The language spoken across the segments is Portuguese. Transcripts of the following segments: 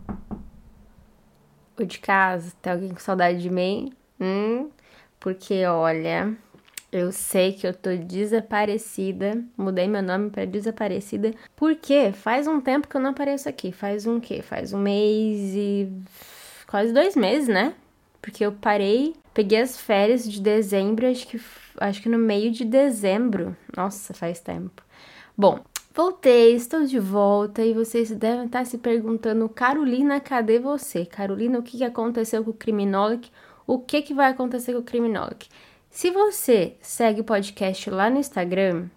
O de casa, tem alguém com saudade de mim? Porque, olha, eu sei que eu tô desaparecida. Mudei meu nome pra desaparecida. Porque faz um tempo que eu não apareço aqui. Faz um quê? Faz um mês e... quase 2 meses, né? Porque eu parei, peguei as férias de dezembro, acho que no meio de dezembro. Nossa, faz tempo. Bom, voltei, estou de volta e vocês devem estar se perguntando, Carolina, cadê você? Carolina, o que aconteceu com o Criminolic? O que vai acontecer com o Criminolic? Se você segue o podcast lá no Instagram,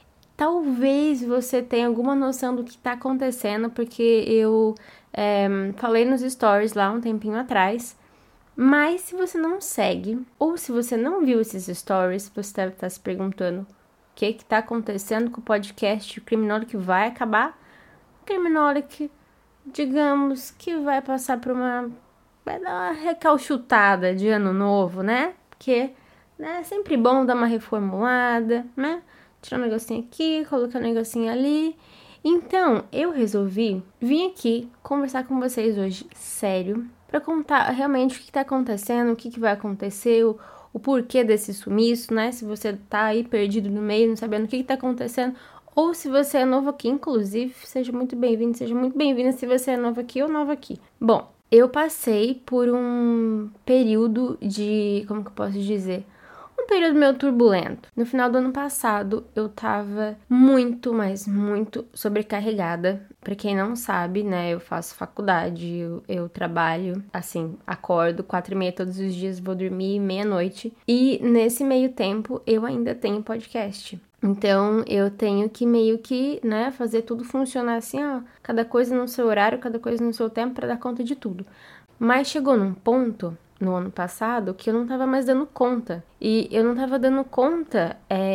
talvez você tenha alguma noção do que está acontecendo, porque eu falei nos stories lá um tempinho atrás. Mas se você não segue, ou se você não viu esses stories, você deve estar se perguntando: o que está acontecendo com o podcast? O Criminolic vai acabar? O Criminolic, digamos que vai passar por vai dar uma recalchutada de ano novo, né? Porque é sempre bom dar uma reformulada, né? Tirar um negocinho aqui, colocar um negocinho ali. Então, eu resolvi vir aqui conversar com vocês hoje, sério, para contar realmente o que tá acontecendo, o que vai acontecer, o porquê desse sumiço, né? Se você tá aí perdido no meio, não sabendo o que tá acontecendo, ou se você é novo aqui, inclusive, seja muito bem-vindo se você é novo aqui ou nova aqui. Bom, eu passei por um período de, como que eu posso dizer? Um período meio turbulento. No final do ano passado, eu tava muito, mas muito sobrecarregada. Pra quem não sabe, né, eu faço faculdade, eu trabalho, assim, acordo 4h30 todos os dias, vou dormir meia-noite. E nesse meio tempo, eu ainda tenho podcast. Então, eu tenho que meio que, né, fazer tudo funcionar assim, ó, cada coisa no seu horário, cada coisa no seu tempo pra dar conta de tudo. Mas chegou num ponto no ano passado que eu não tava mais dando conta. E eu não tava dando conta,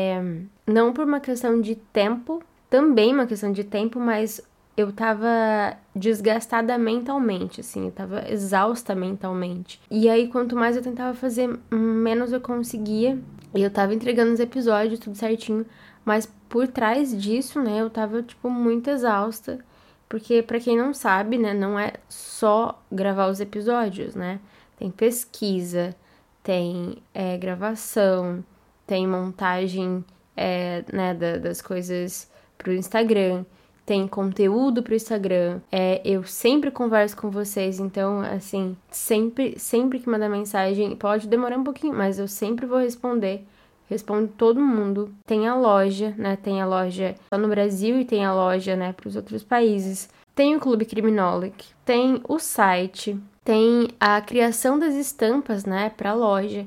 não por uma questão de tempo, também uma questão de tempo, mas eu tava desgastada mentalmente, assim, eu tava exausta mentalmente. E aí, quanto mais eu tentava fazer, menos eu conseguia. E eu tava entregando os episódios, tudo certinho, mas por trás disso, né, eu tava, tipo, muito exausta. Porque, pra quem não sabe, né, não é só gravar os episódios, né? Tem pesquisa, tem gravação, tem montagem, né, das coisas pro Instagram, tem conteúdo pro Instagram. Eu sempre converso com vocês, então, assim, sempre que mandar mensagem, pode demorar um pouquinho, mas eu sempre vou responder. Respondo todo mundo. Tem a loja, né? Tem a loja só no Brasil e tem a loja, né, para os outros países. Tem o Clube Criminolic, tem o site, tem a criação das estampas, né, para a loja.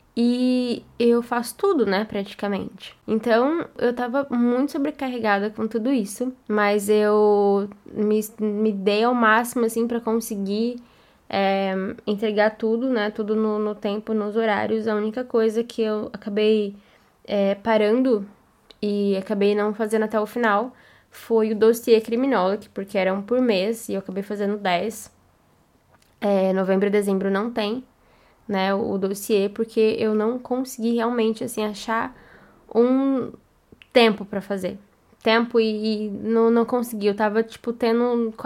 E eu faço tudo, né, praticamente. Então, eu tava muito sobrecarregada com tudo isso, mas eu me dei ao máximo, assim, para conseguir entregar tudo, né, tudo no tempo, nos horários. A única coisa que eu acabei parando e acabei não fazendo até o final foi o dossiê Criminolic, porque era um por mês e eu acabei fazendo 10. Novembro e dezembro não tem, né, o dossiê, porque eu não consegui realmente, assim, achar um tempo pra fazer. Tempo e não consegui. Eu tava, tipo, tendo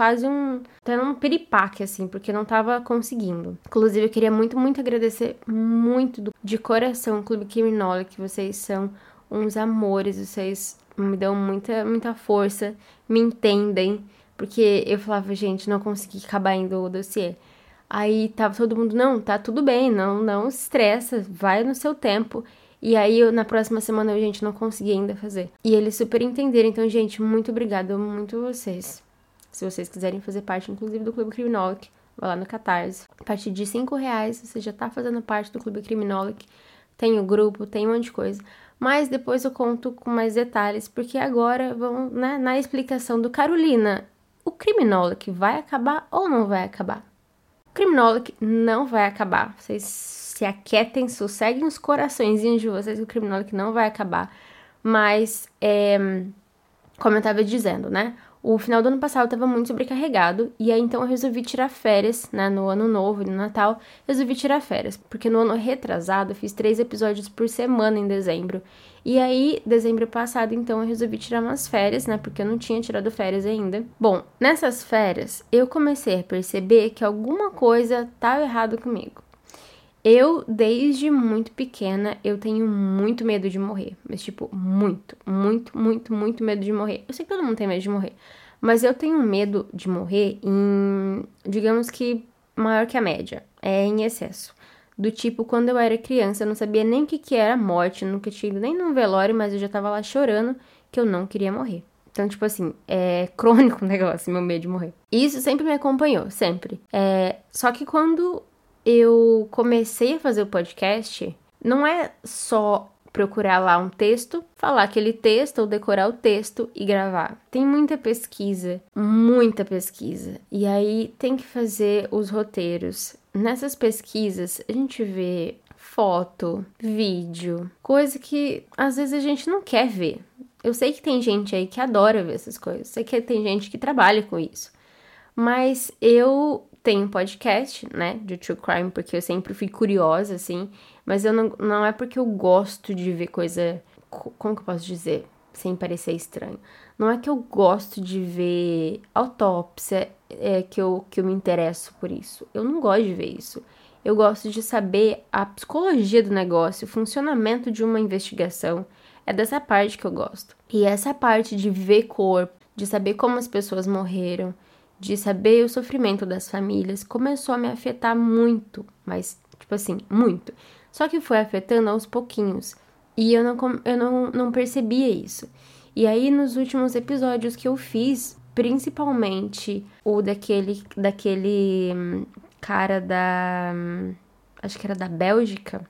um piripaque, assim, porque não tava conseguindo. Inclusive, eu queria muito, muito agradecer muito de coração o Clube Criminolic, que vocês são uns amores, vocês me dão muita, muita força, me entendem, porque eu falava, gente, não consegui acabar indo o dossiê. Aí tava todo mundo, não, tá tudo bem, não se estressa, vai no seu tempo. E aí, na próxima semana, gente, não consegui ainda fazer. E eles super entenderam. Então, gente, muito obrigada, amo muito vocês. Se vocês quiserem fazer parte, inclusive, do Clube Criminolic, vai lá no Catarse. A partir de R$5, você já tá fazendo parte do Clube Criminolic. Tem o grupo, tem um monte de coisa. Mas depois eu conto com mais detalhes, porque agora vamos, né, na explicação do Carolina. O Criminolic vai acabar ou não vai acabar? O Criminolic não vai acabar. Vocês se aquietem, sosseguem os coraçõezinhos de vocês, que o Criminolic não vai acabar. Mas, como eu tava dizendo, né? O final do ano passado eu tava muito sobrecarregado, e aí então eu resolvi tirar férias, né, no ano novo e no Natal, resolvi tirar férias, porque no ano retrasado eu fiz 3 episódios por semana em dezembro, e aí, dezembro passado, então, eu resolvi tirar umas férias, né, porque eu não tinha tirado férias ainda. Bom, nessas férias, eu comecei a perceber que alguma coisa tava errado comigo. Eu, desde muito pequena, eu tenho muito medo de morrer. Mas, tipo, muito, muito, muito, muito medo de morrer. Eu sei que todo mundo tem medo de morrer. Mas eu tenho medo de morrer em, digamos que, maior que a média. É em excesso. Do tipo, quando eu era criança, eu não sabia nem o que era morte. Eu nunca tinha ido nem num velório, mas eu já tava lá chorando que eu não queria morrer. Então, tipo assim, é crônico o negócio, meu medo de morrer. E isso sempre me acompanhou, sempre. Só que quando eu comecei a fazer o podcast, não é só procurar lá um texto, falar aquele texto ou decorar o texto e gravar. Tem muita pesquisa, muita pesquisa. E aí tem que fazer os roteiros. Nessas pesquisas, a gente vê foto, vídeo, coisa que às vezes a gente não quer ver. Eu sei que tem gente aí que adora ver essas coisas. Sei que tem gente que trabalha com isso. Mas eu tenho um podcast, né, de True Crime, porque eu sempre fui curiosa, assim. Mas eu não é porque eu gosto de ver coisa... Como que eu posso dizer? Sem parecer estranho. Não é que eu gosto de ver autópsia, que eu me interesso por isso. Eu não gosto de ver isso. Eu gosto de saber a psicologia do negócio, o funcionamento de uma investigação. É dessa parte que eu gosto. E essa parte de ver corpo, de saber como as pessoas morreram, de saber o sofrimento das famílias, começou a me afetar muito, mas, tipo assim, muito. Só que foi afetando aos pouquinhos, e eu não percebia isso. E aí, nos últimos episódios que eu fiz, principalmente o daquele cara da... acho que era da Bélgica,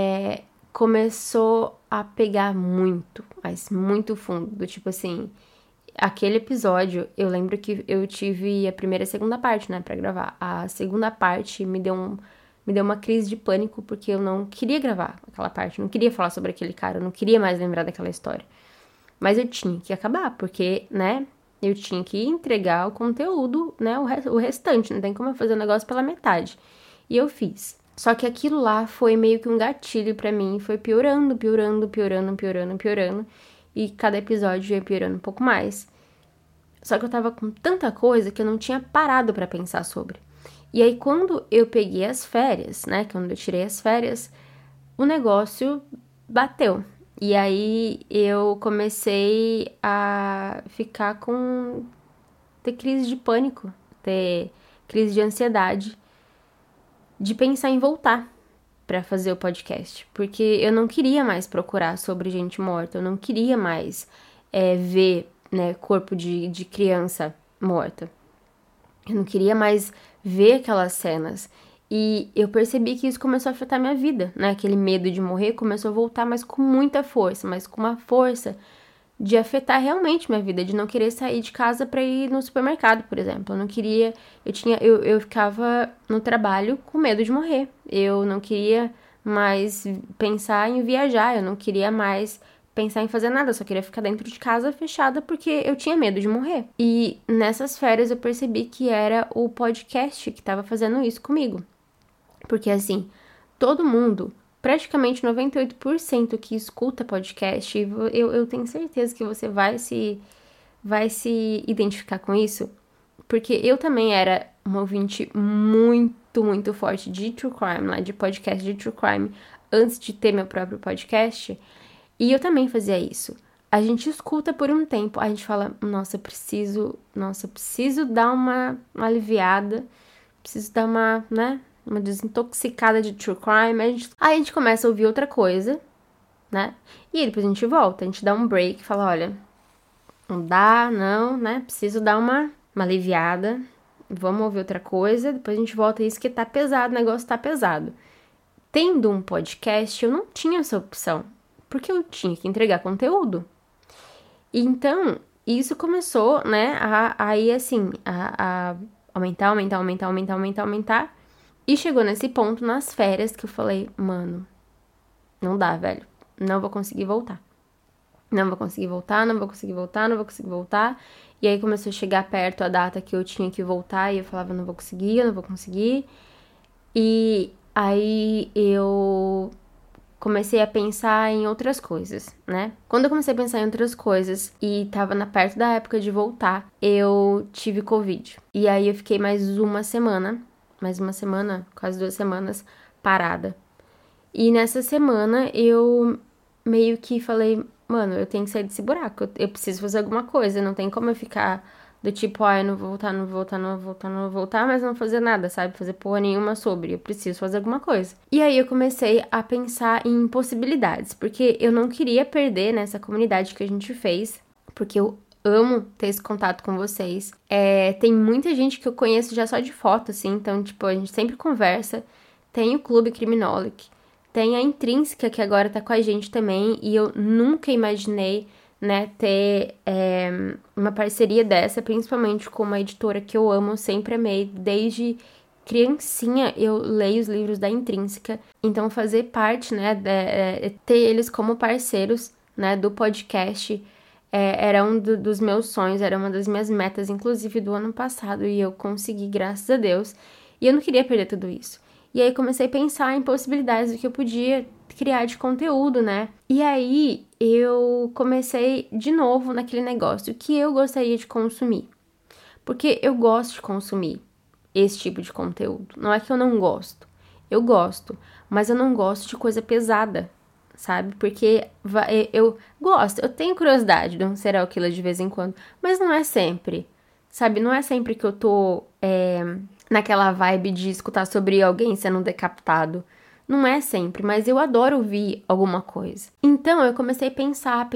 começou a pegar muito, mas muito fundo, do tipo assim... Aquele episódio, eu lembro que eu tive a primeira e a segunda parte, né, pra gravar. A segunda parte me deu uma crise de pânico, porque eu não queria gravar aquela parte, não queria falar sobre aquele cara, eu não queria mais lembrar daquela história. Mas eu tinha que acabar, porque, né, eu tinha que entregar o conteúdo, né, o restante, não tem como eu fazer o negócio pela metade. E eu fiz. Só que aquilo lá foi meio que um gatilho pra mim, foi piorando, piorando, piorando, piorando, piorando. E cada episódio ia piorando um pouco mais. Só que eu tava com tanta coisa que eu não tinha parado pra pensar sobre. E aí, quando eu peguei as férias, né? Quando eu tirei as férias, o negócio bateu. E aí, eu comecei a ficar ter crise de pânico, ter crise de ansiedade, de pensar em voltar pra fazer o podcast. Porque eu não queria mais procurar sobre gente morta, eu não queria mais ver, né, corpo de criança morta. Eu não queria mais ver aquelas cenas. E eu percebi que isso começou a afetar minha vida, né? Aquele medo de morrer começou a voltar, mas com muita força, mas com uma força de afetar realmente minha vida, de não querer sair de casa para ir no supermercado, por exemplo. Eu não queria, eu ficava no trabalho com medo de morrer. Eu não queria mais pensar em viajar, eu não queria mais pensar em fazer nada, eu só queria ficar dentro de casa fechada porque eu tinha medo de morrer. E nessas férias eu percebi que era o podcast que estava fazendo isso comigo. Porque assim, todo mundo, praticamente 98% que escuta podcast, eu tenho certeza que você vai se identificar com isso, porque eu também era uma ouvinte muito, muito forte de True Crime, lá de podcast de True Crime, antes de ter meu próprio podcast, e eu também fazia isso. A gente escuta por um tempo, a gente fala, nossa, preciso dar uma aliviada, preciso dar uma desintoxicada de True Crime. Aí a gente começa a ouvir outra coisa, né? E aí depois a gente volta, a gente dá um break e fala, olha, não dá, não, né? Preciso dar uma aliviada, vamos ouvir outra coisa, depois a gente volta. Isso que tá pesado, o negócio tá pesado. Tendo um podcast, eu não tinha essa opção, porque eu tinha que entregar conteúdo. Então, isso começou, né, aí assim, a aumentar. E chegou nesse ponto nas férias que eu falei, mano, não dá, velho. Não vou conseguir voltar. Não vou conseguir voltar. E aí começou a chegar perto a data que eu tinha que voltar e eu falava, não vou conseguir, eu não vou conseguir. E aí eu comecei a pensar em outras coisas, né? Quando eu comecei a pensar em outras coisas e tava perto da época de voltar, eu tive Covid. E aí eu fiquei mais uma semana, quase 2 semanas, parada. E nessa semana eu meio que falei, mano, eu tenho que sair desse buraco, eu preciso fazer alguma coisa, não tem como eu ficar do tipo, eu não vou voltar, não vou voltar, não vou voltar, não vou voltar, mas não fazer nada, sabe? Fazer porra nenhuma sobre, eu preciso fazer alguma coisa. E aí eu comecei a pensar em possibilidades, porque eu não queria perder nessa comunidade que a gente fez, porque eu amo ter esse contato com vocês. Tem muita gente que eu conheço já só de foto, assim, então, tipo, a gente sempre conversa. Tem o Clube Criminolic, tem a Intrínseca, que agora tá com a gente também, e eu nunca imaginei, né, ter uma parceria dessa, principalmente com uma editora que eu amo, sempre amei, desde criancinha eu leio os livros da Intrínseca, então fazer parte, né, ter eles como parceiros, né, do podcast era dos meus sonhos, era uma das minhas metas, inclusive do ano passado, e eu consegui, graças a Deus, e eu não queria perder tudo isso. E aí comecei a pensar em possibilidades do que eu podia criar de conteúdo, né? E aí eu comecei de novo naquele negócio que eu gostaria de consumir. Porque eu gosto de consumir esse tipo de conteúdo. Não é que eu não gosto. Eu gosto, mas eu não gosto de coisa pesada, sabe? Porque eu gosto, eu tenho curiosidade de um serial killer de vez em quando, mas não é sempre, sabe? Não é sempre que eu tô naquela vibe de escutar sobre alguém sendo decapitado. Não é sempre, mas eu adoro ouvir alguma coisa. Então eu comecei a pensar.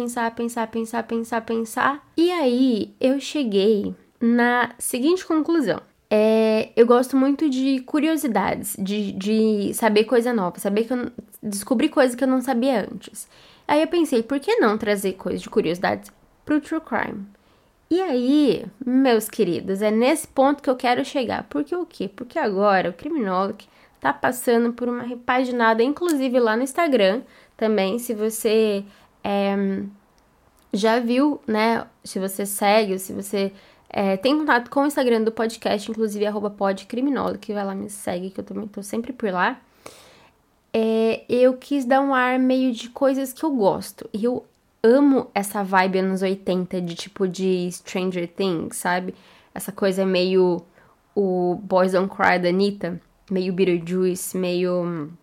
E aí eu cheguei na seguinte conclusão. Eu gosto muito de curiosidades, de saber coisa nova, descobrir coisa que eu não sabia antes. Aí eu pensei, por que não trazer coisas de curiosidades pro True Crime? E aí, meus queridos, é nesse ponto que eu quero chegar. Porque o quê? Porque agora o Criminolic tá passando por uma repaginada, inclusive lá no Instagram também, se você já viu, né, se você segue, se você tem contato com o Instagram do podcast, inclusive @podcriminolic, vai lá, me segue, que eu também tô sempre por lá. Eu quis dar um ar meio de coisas que eu gosto, e eu amo essa vibe anos 80 de tipo de Stranger Things, sabe? Essa coisa meio o Boys Don't Cry da Anitta, meio Beetlejuice, meio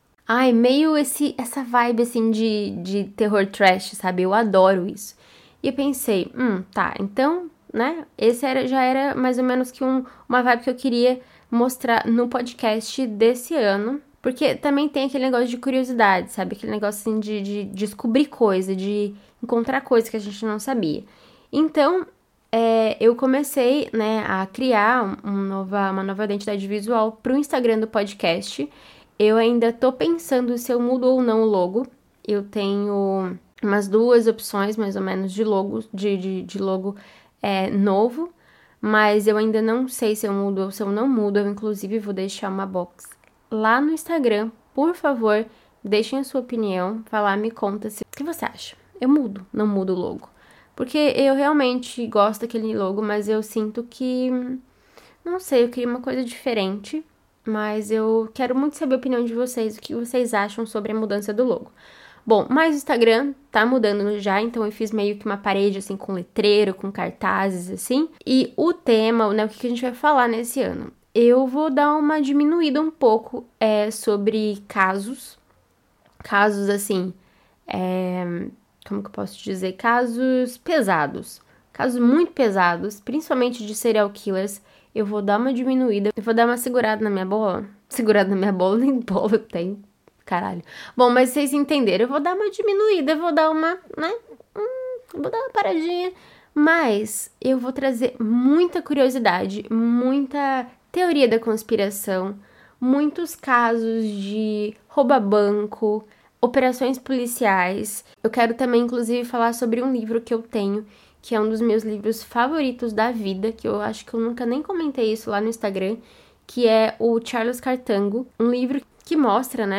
essa vibe assim de terror trash, sabe? Eu adoro isso. E eu pensei, tá, então, né? Já era mais ou menos que uma vibe que eu queria mostrar no podcast desse ano. Porque também tem aquele negócio de curiosidade, sabe? Aquele negócio assim de descobrir coisa, de encontrar coisa que a gente não sabia. Então, eu comecei, né, a criar uma nova identidade visual pro Instagram do podcast. Eu ainda tô pensando se eu mudo ou não o logo. Eu tenho umas 2 opções, mais ou menos, de logo, de logo novo. Mas eu ainda não sei se eu mudo ou se eu não mudo. Eu, inclusive, vou deixar uma box lá no Instagram. Por favor, deixem a sua opinião. Vai lá, me conta o que você acha. Eu mudo, não mudo o logo. Porque eu realmente gosto daquele logo, mas eu sinto que... Não sei, eu queria uma coisa diferente. Mas eu quero muito saber a opinião de vocês, o que vocês acham sobre a mudança do logo. Bom, mas o Instagram tá mudando já, então eu fiz meio que uma parede, assim, com letreiro, com cartazes, assim. E o tema, né, o que a gente vai falar nesse ano? Eu vou dar uma diminuída um pouco sobre casos, assim, como que eu posso dizer? Casos pesados, casos muito pesados, principalmente de serial killers. Eu vou dar uma diminuída, eu vou dar uma segurada na minha bola. Segurada na minha bola, nem bola eu tenho. Caralho. Bom, mas vocês entenderam, eu vou dar uma diminuída, eu vou dar uma, né? Eu vou dar uma paradinha. Mas eu vou trazer muita curiosidade, muita teoria da conspiração, muitos casos de rouba-banco, operações policiais. Eu quero também, inclusive, falar sobre um livro que eu tenho, que é um dos meus livros favoritos da vida, que eu acho que eu nunca nem comentei isso lá no Instagram, que é o Charles Cartango, um livro que mostra, né,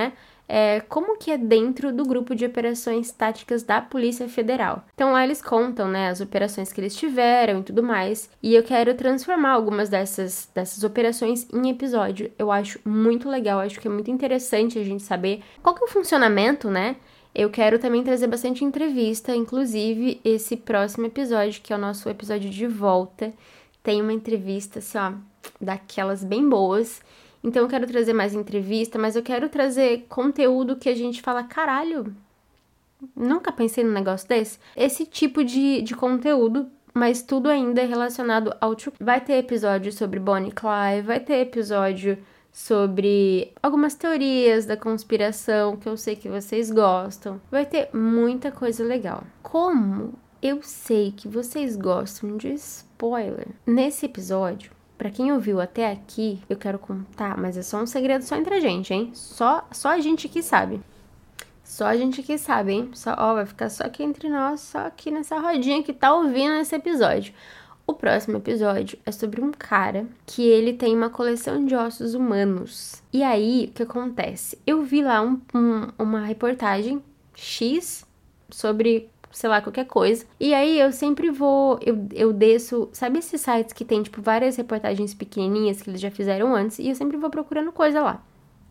como que é dentro do grupo de operações táticas da Polícia Federal. Então lá eles contam, né, as operações que eles tiveram e tudo mais, e eu quero transformar algumas dessas operações em episódio. Eu acho muito legal, acho que é muito interessante a gente saber qual que é o funcionamento, né? Eu quero também trazer bastante entrevista, inclusive esse próximo episódio, que é o nosso episódio de volta, tem uma entrevista, assim, ó, daquelas bem boas. Então eu quero trazer mais entrevista, mas eu quero trazer conteúdo que a gente fala, caralho, nunca pensei num negócio desse. Esse tipo de conteúdo, mas tudo ainda relacionado ao true. Vai ter episódio sobre Bonnie e Clyde, vai ter episódio sobre algumas teorias da conspiração que eu sei que vocês gostam. Vai ter muita coisa legal. Como eu sei que vocês gostam de spoiler, nesse episódio, pra quem ouviu até aqui, eu quero contar, mas é só um segredo só entre a gente, hein? Só a gente que sabe. Só a gente que sabe, hein? Vai ficar só aqui entre nós, só aqui nessa rodinha que tá ouvindo esse episódio. O próximo episódio é sobre um cara que ele tem uma coleção de ossos humanos. E aí, o que acontece? Eu vi lá uma reportagem X sobre, sei lá, qualquer coisa. E aí, eu sempre eu desço, sabe esses sites que tem, tipo, várias reportagens pequenininhas que eles já fizeram antes? E eu sempre vou procurando coisa lá.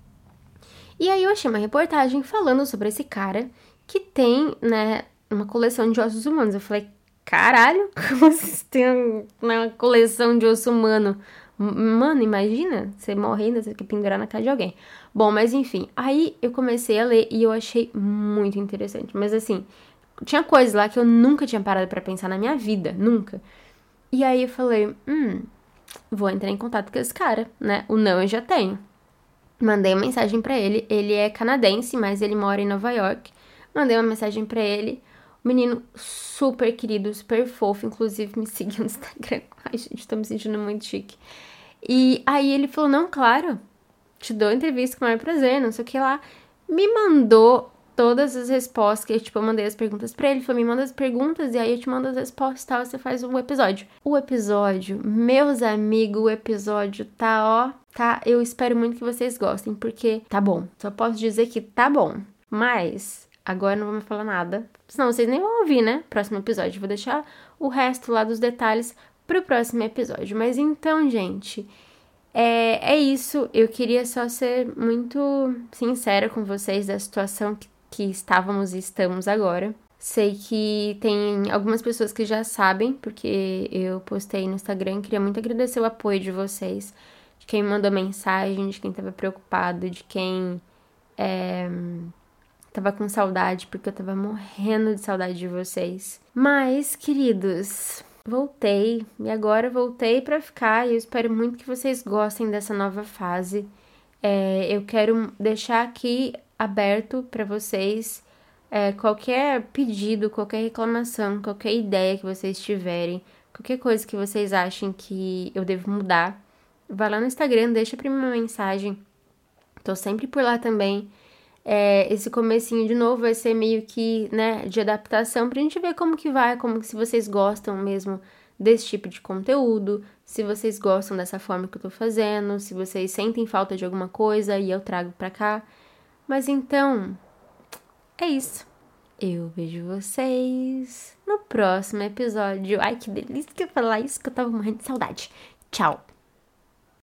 E aí, eu achei uma reportagem falando sobre esse cara que tem, né, uma coleção de ossos humanos. Eu falei, caralho, como vocês têm uma coleção de osso humano? Mano, imagina você morrendo, você tem que pendurar na casa de alguém. Bom, mas enfim, aí eu comecei a ler e eu achei muito interessante. Mas assim, tinha coisas lá que eu nunca tinha parado pra pensar na minha vida, nunca. E aí eu falei, vou entrar em contato com esse cara, né? O não eu já tenho. Mandei uma mensagem pra ele, ele é canadense, mas ele mora em Nova York. Mandei uma mensagem pra ele. Menino super querido, super fofo, inclusive me seguiu no Instagram. Ai, gente, tô me sentindo muito chique. E aí ele falou, não, claro, te dou entrevista com o maior prazer, não sei o que lá. Me mandou todas as respostas, que eu mandei as perguntas pra ele, falou, me manda as perguntas e aí eu te mando as respostas e tal, você faz o episódio. O episódio, meus amigos, o episódio tá, tá, eu espero muito que vocês gostem, porque tá bom. Só posso dizer que tá bom, mas agora não vou me falar nada, senão vocês nem vão ouvir, né? Próximo episódio. Vou deixar o resto lá dos detalhes pro próximo episódio. Mas então, gente, é isso. Eu queria só ser muito sincera com vocês da situação que estávamos e estamos agora. Sei que tem algumas pessoas que já sabem, porque eu postei no Instagram. Queria muito agradecer o apoio de vocês, de quem mandou mensagem, de quem estava preocupado, de quem tava com saudade, porque eu tava morrendo de saudade de vocês. Mas, queridos, voltei. E agora voltei pra ficar. E eu espero muito que vocês gostem dessa nova fase. Eu quero deixar aqui aberto pra vocês qualquer pedido, qualquer reclamação, qualquer ideia que vocês tiverem, qualquer coisa que vocês achem que eu devo mudar. Vai lá no Instagram, deixa pra mim uma mensagem. Tô sempre por lá também. Esse comecinho de novo vai ser meio que, né, de adaptação pra gente ver como que vai, como que se vocês gostam mesmo desse tipo de conteúdo, se vocês gostam dessa forma que eu tô fazendo, se vocês sentem falta de alguma coisa e eu trago pra cá. Mas então, é isso. Eu vejo vocês no próximo episódio. Ai, que delícia falar isso, que eu tava morrendo de saudade. Tchau!